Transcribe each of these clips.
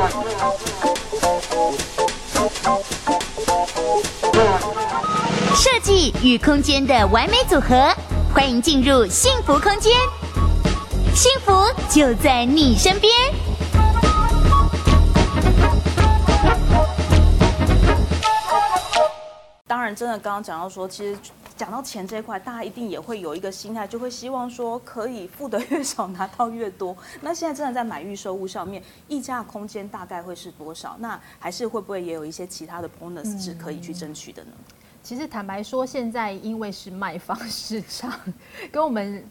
设计与空间的完美组合，欢迎进入幸福空间，幸福就在你身边。 当然，真的刚刚讲到说，其实讲到钱这一块，大家一定也会有一个心态，就会希望说可以付得越少拿到越多。那现在真的在买预售屋上面，溢价空间大概会是多少？那还是会不会也有一些其他的 bonus 是可以去争取的呢？ 其实坦白说，现在因为是卖方市场，跟我们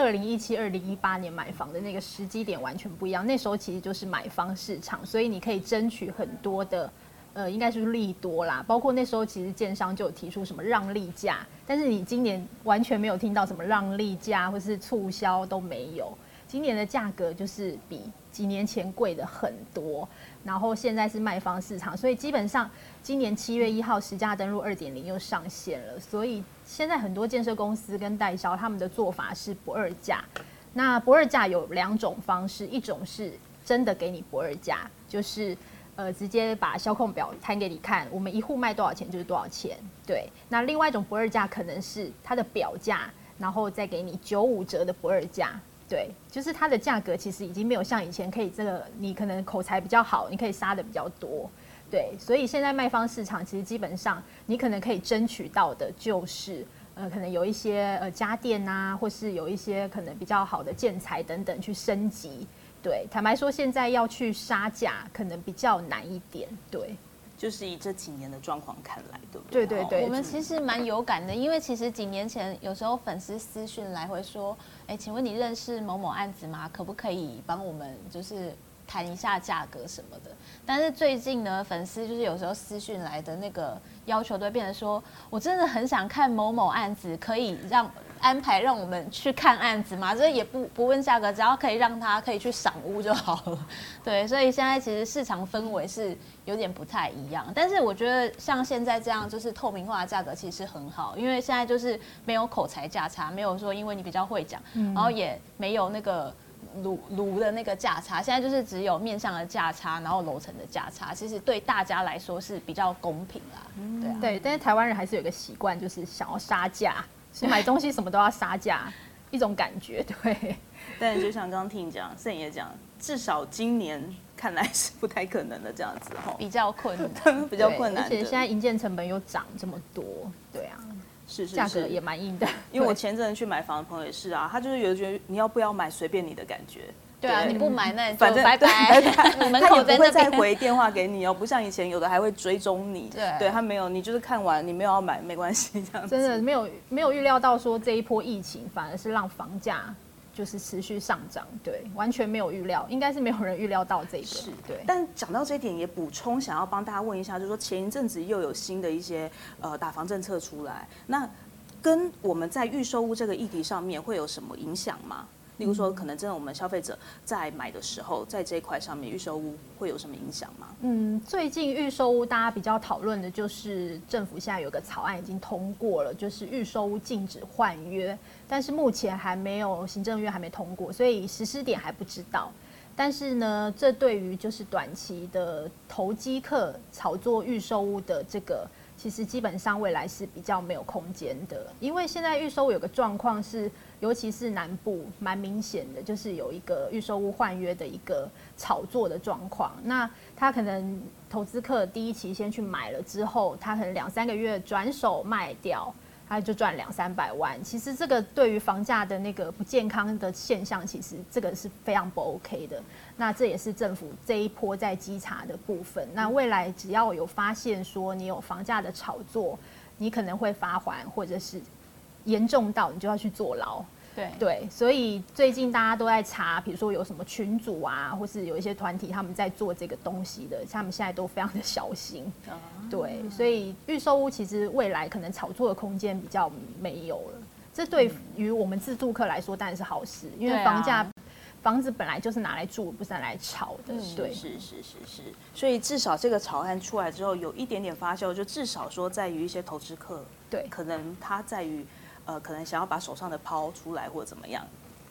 2017、2018年买房的那个时机点完全不一样。那时候其实就是买方市场，所以你可以争取很多的。应该是利多啦，包括那时候其实建商就有提出什么让利价，但是你今年完全没有听到什么让利价或是促销都没有。今年的价格就是比几年前贵的很多，然后现在是卖方市场，所以基本上今年7月1号实价登录2.0又上线了，所以现在很多建设公司跟代销他们的做法是不二价。那不二价有2种方式，一种是真的给你不二价，就是直接把销控表摊给你看，我们一户卖多少钱就是多少钱。对，那另外一种不二价可能是它的表价，然后再给你95折的不二价。对，就是它的价格其实已经没有像以前可以这个，你可能口才比较好，你可以杀的比较多。对，所以现在卖方市场其实基本上你可能可以争取到的就是可能有一些家电啊，或是有一些可能比较好的建材等等去升级。对，坦白说，现在要去杀价可能比较难一点。对， 就是以这几年的状况看来，对不对？ 对对对， 我们其实蛮有感的，因为其实几年前有时候粉丝私讯来回说，请问你认识某某案子吗？可不可以帮我们就是谈一下价格什么的？但是最近呢，粉丝就是有时候私讯来的那个要求都会变成说，我真的很想看某某案子，可以安排让我们去看案子嘛，这也不问价格，只要可以让他可以去赏屋就好了。对，所以现在其实市场氛围是有点不太一样，但是我觉得像现在这样就是透明化的价格其实很好，因为现在就是没有口才价差，没有说因为你比较会讲，然后也没有那个炉的那个价差，现在就是只有面向的价差，然后楼层的价差，其实对大家来说是比较公平啦。对啊， 对，但是台湾人还是有一个习惯，就是想要杀价。所以买东西什么都要杀价，一种感觉。对， 但就像刚刚听你讲，盛也讲，至少今年看来是不太可能的这样子哈， 比较困难， 比较困难。 而且现在营建成本又涨这么多，对啊， 是价格也蛮硬的。 因为我前阵子去买房的朋友也是啊，他就是有觉得你要不要买随便你的感觉。 对啊，你不买那就反正拜拜，你门口在那边， 他也不会再回电话给你哦，不像以前有的还会追踪你。 对， 他没有，你就是看完你没有要买没关系这样子。 真的没有预料到说这一波疫情反而是让房价就是持续上涨，对，完全没有预料，应该是没有人预料到这个。 是， 对。 但讲到这一点，也补充想要帮大家问一下，就是说前一阵子又有新的一些打房政策出来，那跟我们在预售屋这个议题上面会有什么影响吗？例如说，可能真的我们消费者在买的时候，在这一块上面，预售屋会有什么影响吗？ 最近预售屋大家比较讨论的就是政府现在有个草案已经通过了，就是预售屋禁止换约，但是目前还没有行政院还没通过，所以实施点还不知道。但是呢，这对于就是短期的投机客炒作预售屋的这个，其实基本上未来是比较没有空间的，因为现在预售屋有个状况是，尤其是南部蛮明显的，就是有一个预售屋换约的一个炒作的状况。那他可能投资客第一期先去买了之后，他可能2-3个月转手卖掉，他就赚200-300万。其实这个对于房价的那个不健康的现象，其实这个是非常不 OK 的。那这也是政府这一波在稽查的部分。那未来只要有发现说你有房价的炒作，你可能会罚锾，或者是严重到你就要去坐牢。对，所以最近大家都在查，比如说有什么群组啊，或是有一些团体他们在做这个东西的，他们现在都非常的小心。对，所以预售屋其实未来可能炒作的空间比较没有了。这对于我们自住客来说当然是好事，因为房子本来就是拿来住，不是拿来炒的。对， 是。所以至少这个草案出来之后，有一点点发酵，就至少说在于一些投资客， 对， 可能他在于可能想要把手上的抛出来或者怎么样，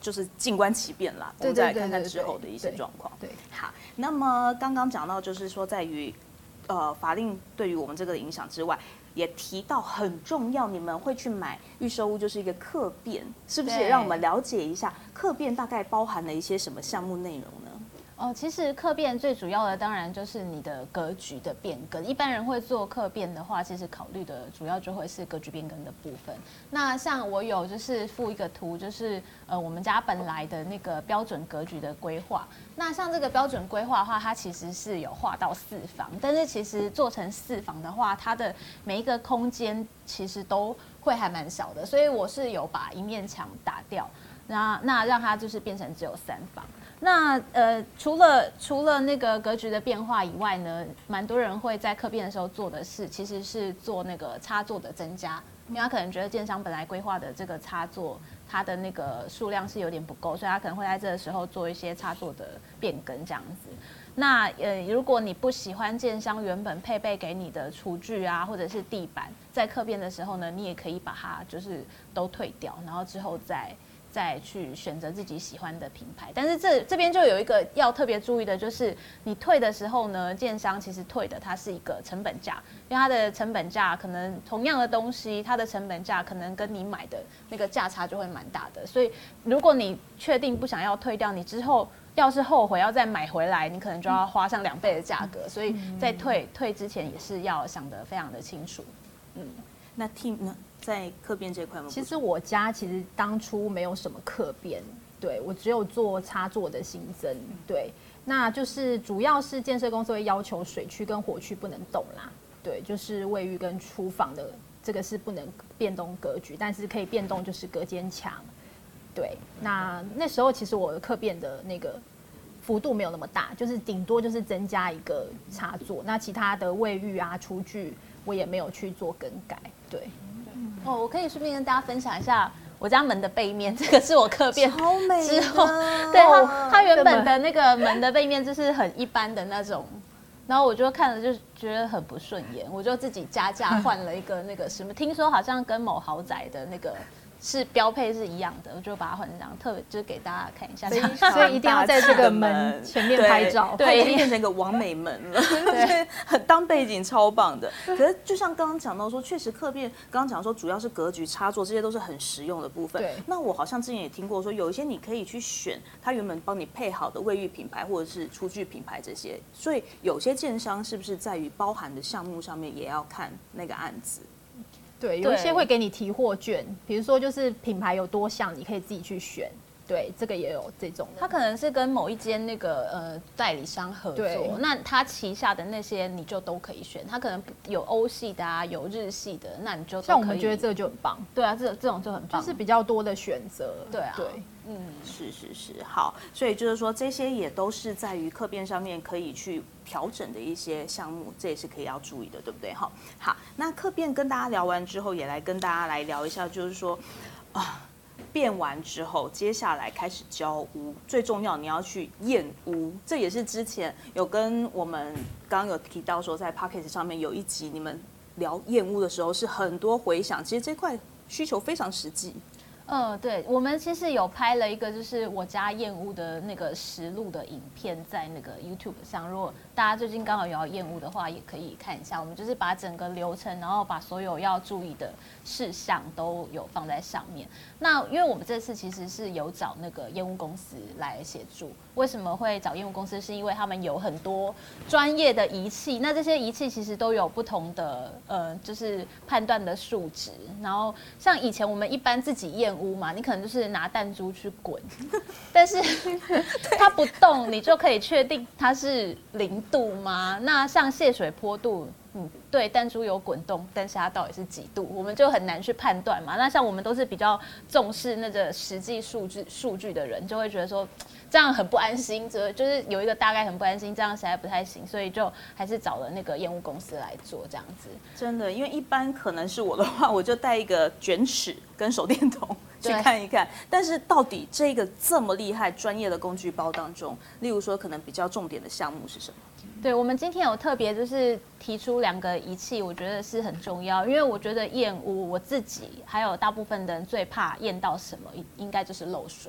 就是静观其变啦，我们再来看看之后的一些状况。 对， 好，那么刚刚讲到就是说在于法令对于我们这个的影响之外，也提到很重要，你们会去买预售屋就是一个客变，是不是也让我们了解一下客变大概包含了一些什么项目内容呢？ 其实客变最主要的当然就是你的格局的变更。一般人会做客变的话，其实考虑的主要就会是格局变更的部分。那像我有就是附一个图，就是我们家本来的那个标准格局的规划。那像这个标准规划的话，它其实是有画到4房，但是其实做成4房的话，它的每一个空间其实都会还蛮小的，所以我是有把一面墙打掉，那让它就是变成只有3房。那除了那个格局的变化以外呢，蛮多人会在客变的时候做的事，其实是做那个插座的增加，因为他可能觉得建商本来规划的这个插座，它的那个数量是有点不够，所以他可能会在这个时候做一些插座的变更这样子。那如果你不喜欢建商原本配备给你的厨具啊，或者是地板，在客变的时候呢，你也可以把它就是都退掉，然后之后再去选择自己喜欢的品牌。但是这边就有一个要特别注意的，就是你退的时候呢，建商其实退的它是一个成本价，因为它的成本价可能同样的东西，它的成本价可能跟你买的那个价差就会蛮大的。所以如果你确定不想要退掉，你之后要是后悔要再买回来，你可能就要花上2倍的价格。所以在退之前也是要想得非常的清楚。 那 Tim 呢，在客变这块吗？ 其实我家当初没有什么客变，对，我只有做插座的新增，对，那就是主要是建设公司会要求水区跟火区不能动啦，对，就是卫浴跟厨房的这个是不能变动格局，但是可以变动就是隔间墙，对，那时候其实我的客变的那个幅度没有那么大，就是顶多就是增加一个插座，那其他的卫浴啊厨具我也没有去做更改，对。 我可以顺便跟大家分享一下我家门的背面，这个是我客变超美之后，对它原本的那个门的背面就是很一般的那种，然后我就看了就觉得很不顺眼，我就自己加价换了一个那个什么，听说好像跟某豪宅的那个是标配是一样的，我就把它换成这样，特别就是给大家看一下， 所以一定要在这个门前面拍照， 对，已经变成一个完美门了，对，很当背景超棒的。可是就像刚刚讲到说，确实客变刚刚讲说主要是格局、插座，这些都是很实用的部分。 对， 那我好像之前也听过说，有一些你可以去选它原本帮你配好的卫浴品牌或者是厨具品牌这些，所以有些建商是不是在于包含的项目上面也要看那个案子？ 对，有一些会给你提货券，比如说就是品牌有多项，你可以自己去选。对，这个也有这种的。 他可能是跟某一间那个代理商合作，那他旗下的那些你就都可以选。他可能有欧系的啊，有日系的，那你就都可以。 像我们觉得这个就很棒。 对啊，这种就很棒， 就是比较多的选择。 对啊， 对， 是，好，所以就是说这些也都是在于客变上面可以去调整的一些项目，这也是可以要注意的，对不对？好，那客变跟大家聊完之后，也来跟大家来聊一下，就是说变完之后，接下来开始交屋，最重要你要去验屋，这也是之前有跟我们刚刚有提到说，在 Podcast 上面有一集你们聊验屋的时候是很多回响，其实这块需求非常实际。 对，我们其实有拍了一个就是我家验屋的那个实录的影片，在那个 YouTube 上。如果大家最近刚好有要验屋的话，也可以看一下。我们就是把整个流程，然后把所有要注意的事项都有放在上面。那因为我们这次其实是有找那个验屋公司来协助。为什么会找验屋公司？是因为他们有很多专业的仪器，那这些仪器其实都有不同的就是判断的数值。然后像以前我们一般自己验屋嘛，你可能就是拿弹珠去滚，但是它不动，你就可以确定它是0度吗？那像泄水坡度，对，弹珠有滚动，但是它到底是几度，我们就很难去判断嘛。那像我们都是比较重视那个实际数据的人，就会觉得说这样很不安心，就是有一个大概很不安心，这样实在不太行，所以就还是找了那个验屋公司来做这样子。 真的，因为一般可能是我的话，我就带一个卷尺跟手电筒去看一看。但是到底这个这么厉害专业的工具包当中，例如说可能比较重点的项目是什么？ 对，我们今天有特别就是提出2个仪器，我觉得是很重要，因为我觉得验屋我自己还有大部分的人最怕验到什么，应该就是漏水。因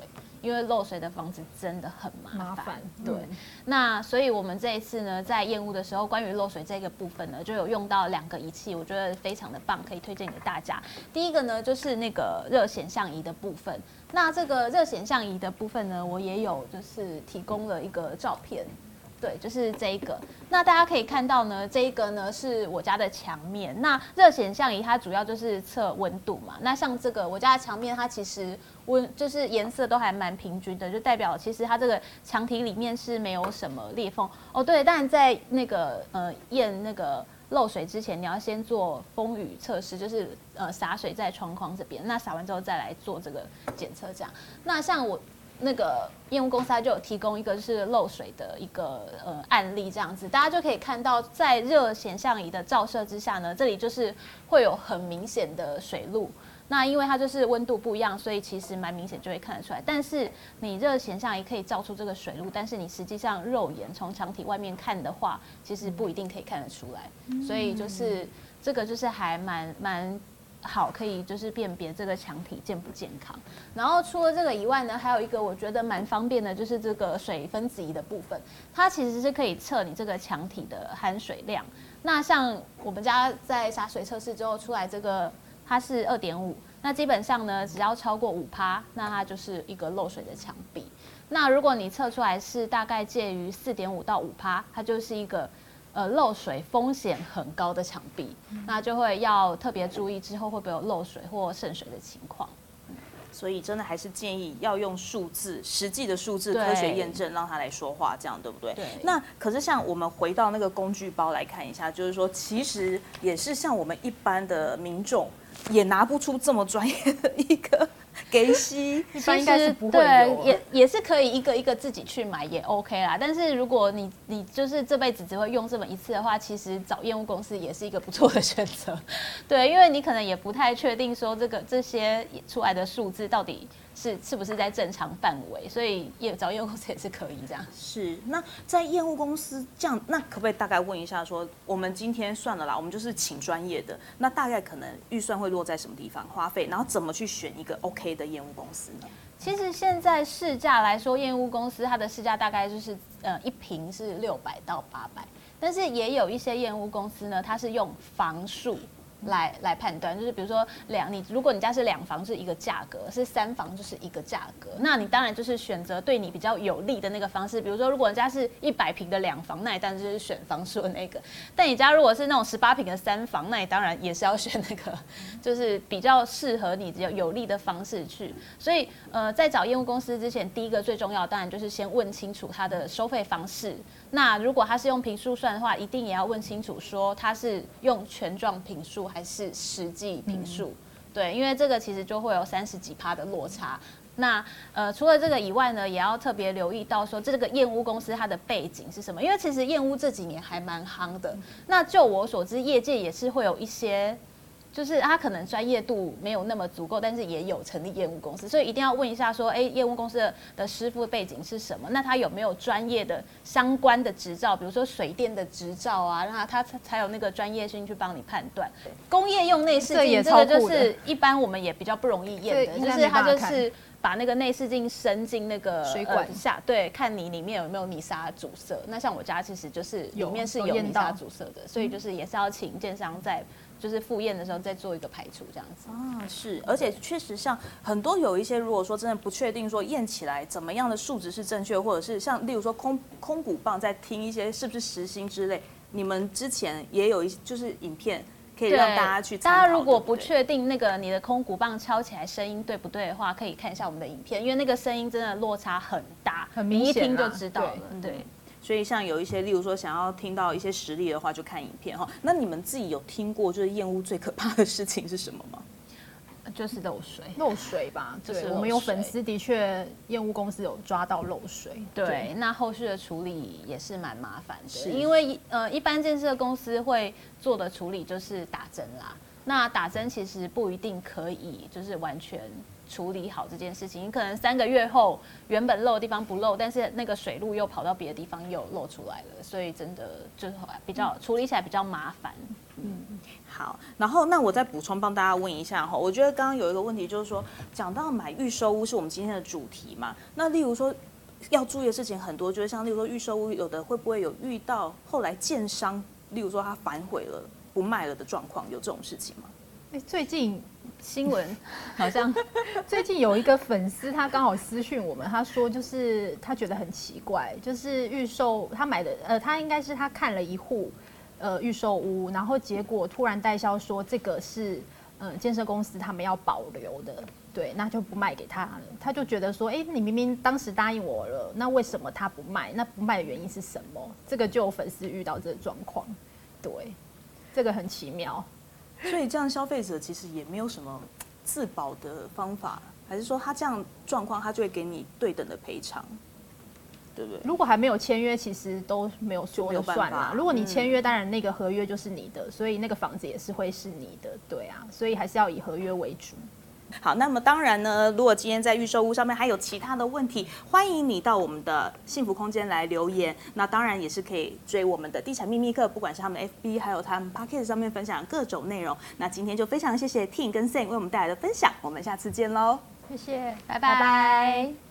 因为漏水的房子真的很麻烦。对， 那所以我们这一次呢，在验屋的时候，关于漏水这个部分呢，就有用到2个仪器，我觉得非常的棒，可以推荐给大家。第一个呢，就是那个热显像仪的部分。那这个热显像仪的部分呢，我也有就是提供了一个照片。对，就是这一个。那大家可以看到呢，这一个呢是我家的墙面。那热显像仪它主要就是测温度嘛。那像这个我家的墙面，它其实就是颜色都还蛮平均的，就代表其实它这个墙体里面是没有什么裂缝。哦，对，但在那个验那个漏水之前，你要先做风雨测试，就是洒水在窗框这边。那洒完之后再来做这个检测，这样。那像我。那个验屋公司它就有提供一个是漏水的一个案例，这样子大家就可以看到，在热显像仪的照射之下呢，这里就是会有很明显的水路。那因为它就是温度不一样，所以其实蛮明显就会看得出来。但是你热显像仪可以照出这个水路，但是你实际上肉眼从墙体外面看的话，其实不一定可以看得出来。所以就是这个就是还蛮。好，可以就是辨别这个墙体健不健康。然后除了这个以外呢，还有一个我觉得蛮方便的，就是这个水分子仪的部分，它其实是可以测你这个墙体的含水量。那像我们家在洒水测试之后出来，这个它是2.5，那基本上呢，只要超过5%，那它就是一个漏水的墙壁。那如果你测出来是大概介于4.5到5%，它就是一个。漏水风险很高的墙壁，那就会要特别注意之后会不会有漏水或渗水的情况。 所以真的还是建议要用数字，实际的数字科学验证，让它来说话，这样对不对？ 对。 那可是像我们回到那个工具包来看一下，就是说其实也是像我们一般的民众也拿不出这么专业的一个。给息， 一般应该是不会有， 对，也是可以一个一个自己去买也 OK 啦。但是如果你就是这辈子只会用这么一次的话，其实找验屋公司也是一个不错的选择。对，因为你可能也不太确定说这些出来的数字到底是不是在正常范围，所以找验屋公司也是可以这样。 是，那在验屋公司这样，那可不可以大概问一下说，我们今天算了啦，我们就是请专业的，那大概可能预算会落在什么地方花费，然后怎么去选一个 OK 的验屋公司呢？ 其实现在市价来说，验屋公司它的市价大概就是1坪是600到800，但是也有一些验屋公司呢，它是用房数。来判断，就是比如说如果你家是2房是一个价格，是3房就是一个价格，那你当然就是选择对你比较有利的那个方式。比如说，如果你家是100坪的2房，那你当然就是选房数的那个；但你家如果是那种18坪的3房，那你当然也是要选那个，就是比较适合你有利的方式去。所以在找验屋公司之前，第一个最重要的当然就是先问清楚它的收费方式。那如果他是用坪数算的话，一定也要问清楚说他是用权状坪数还是实际坪数。对，因为这个其实就会有30几%的落差。那除了这个以外呢，也要特别留意到说这个验屋公司它的背景是什么，因为其实验屋这几年还蛮夯的。那就我所知，业界也是会有一些。就是他可能专业度没有那么足够，但是也有成立验屋公司，所以一定要问一下说，验屋公司的师傅的背景是什么？那他有没有专业的相关的执照，比如说水电的执照啊，让他才有那个专业性去帮你判断。工业用内视镜这个就是一般我们也比较不容易验的，就是他就是把那个内视镜伸进那个水管下，对，看你里面有没有泥沙阻塞。那像我家其实就是里面是有泥沙阻塞的，所以就是也是要请建商在。就是复验的时候再做一个排除这样子啊，是，而且确实像很多有一些，如果说真的不确定说验起来怎么样的数值是正确，或者是像例如说空鼓棒在听一些是不是实心之类，你们之前也有一些就是影片可以让大家去参考。 大家如果不确定那个你的空鼓棒敲起来声音对不对的话，可以看一下我们的影片，因为那个声音真的落差很大， 很明显， 你一听就知道了。对。 所以像有一些，例如说想要听到一些实例的话，就看影片哈。那你们自己有听过就是验屋最可怕的事情是什么吗？ 就是漏水吧。对，我们有粉丝的确验屋公司有抓到漏水。 对，那后续的处理也是蛮麻烦的，因为一般建设公司会做的处理就是打针啦。那打针其实不一定可以就是完全处理好这件事情。你可能3个月后原本漏的地方不漏，但是那个水路又跑到别的地方又漏出来了，所以真的就是比较处理起来比较麻烦。 好，然后那我再补充帮大家问一下哈，我觉得刚刚有一个问题就是说，讲到买预售屋是我们今天的主题嘛，那例如说要注意的事情很多，就是像例如说预售屋有的会不会有遇到后来建商，例如说他反悔了不卖了的状况，有这种事情吗？ 最近新闻好像最近有一个粉丝，他刚好私讯我们，他说就是他觉得很奇怪，就是预售他买的他应该是他看了一户预售屋，然后结果突然代销说这个是建设公司他们要保留的，对，那就不卖给他了。他就觉得说，你明明当时答应我了，那为什么他不卖？那不卖的原因是什么？这个就有粉丝遇到这个状况，对，这个很奇妙。 所以这样消费者其实也没有什么自保的方法，还是说他这样状况他就会给你对等的赔偿？对不对？ 如果还没有签约，其实都没有说了算啦。如果你签约，当然那个合约就是你的，所以那个房子也是会是你的，对啊，所以还是要以合约为主。 好，那么当然呢，如果今天在预售屋上面还有其他的问题，欢迎你到我们的幸福空间来留言。那当然也是可以追我们的地产秘密课，不管是他们的 FB 还有他们 Podcast 上面分享各种内容。那今天就非常谢谢 Ting 跟 Sam 为我们带来的分享，我们下次见喽， 谢谢， 拜拜。